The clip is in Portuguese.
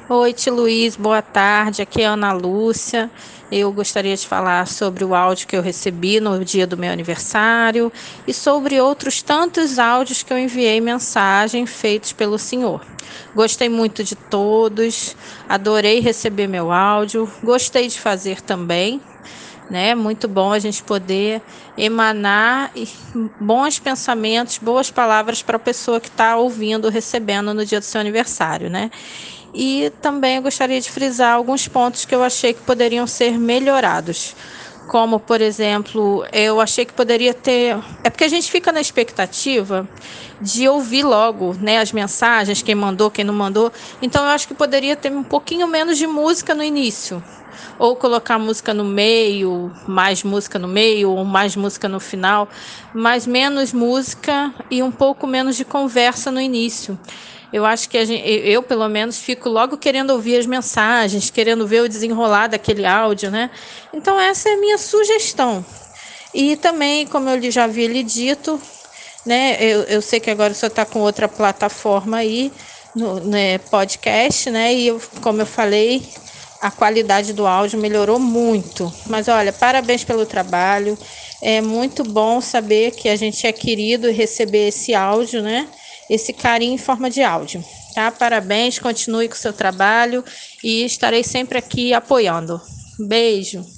Oi, Tio Luiz, boa tarde. Aqui é a Ana Lúcia. Eu gostaria de falar sobre o áudio que eu recebi no dia do meu aniversário e sobre outros tantos áudios que eu enviei mensagem feitos pelo senhor. Gostei muito de todos, adorei receber meu áudio, gostei de fazer também, né? Muito bom a gente poder emanar bons pensamentos, boas palavras para a pessoa que está ouvindo, recebendo no dia do seu aniversário, né? E também eu gostaria de frisar alguns pontos que eu achei que poderiam ser melhorados. Como, por exemplo, eu achei que poderia ter. É porque a gente fica na expectativa de ouvir logo, né, as mensagens, quem mandou, quem não mandou. Então, eu acho que poderia ter um pouquinho menos de música no início. Ou colocar música no meio, mais música no meio, ou mais música no final, mas menos música e um pouco menos de conversa no início. Eu acho que eu, pelo menos, fico logo querendo ouvir as mensagens, querendo ver o desenrolar daquele áudio, né? Então, essa é a minha sugestão. E também, como eu já havia lhe dito, né? Eu sei que agora o senhor está com outra plataforma aí, no, né, podcast, né? E como eu falei, a qualidade do áudio melhorou muito. Mas olha, parabéns pelo trabalho. É muito bom saber que a gente é querido e receber esse áudio, né? Esse carinho em forma de áudio. Tá? Parabéns, continue com o seu trabalho e estarei sempre aqui apoiando. Beijo.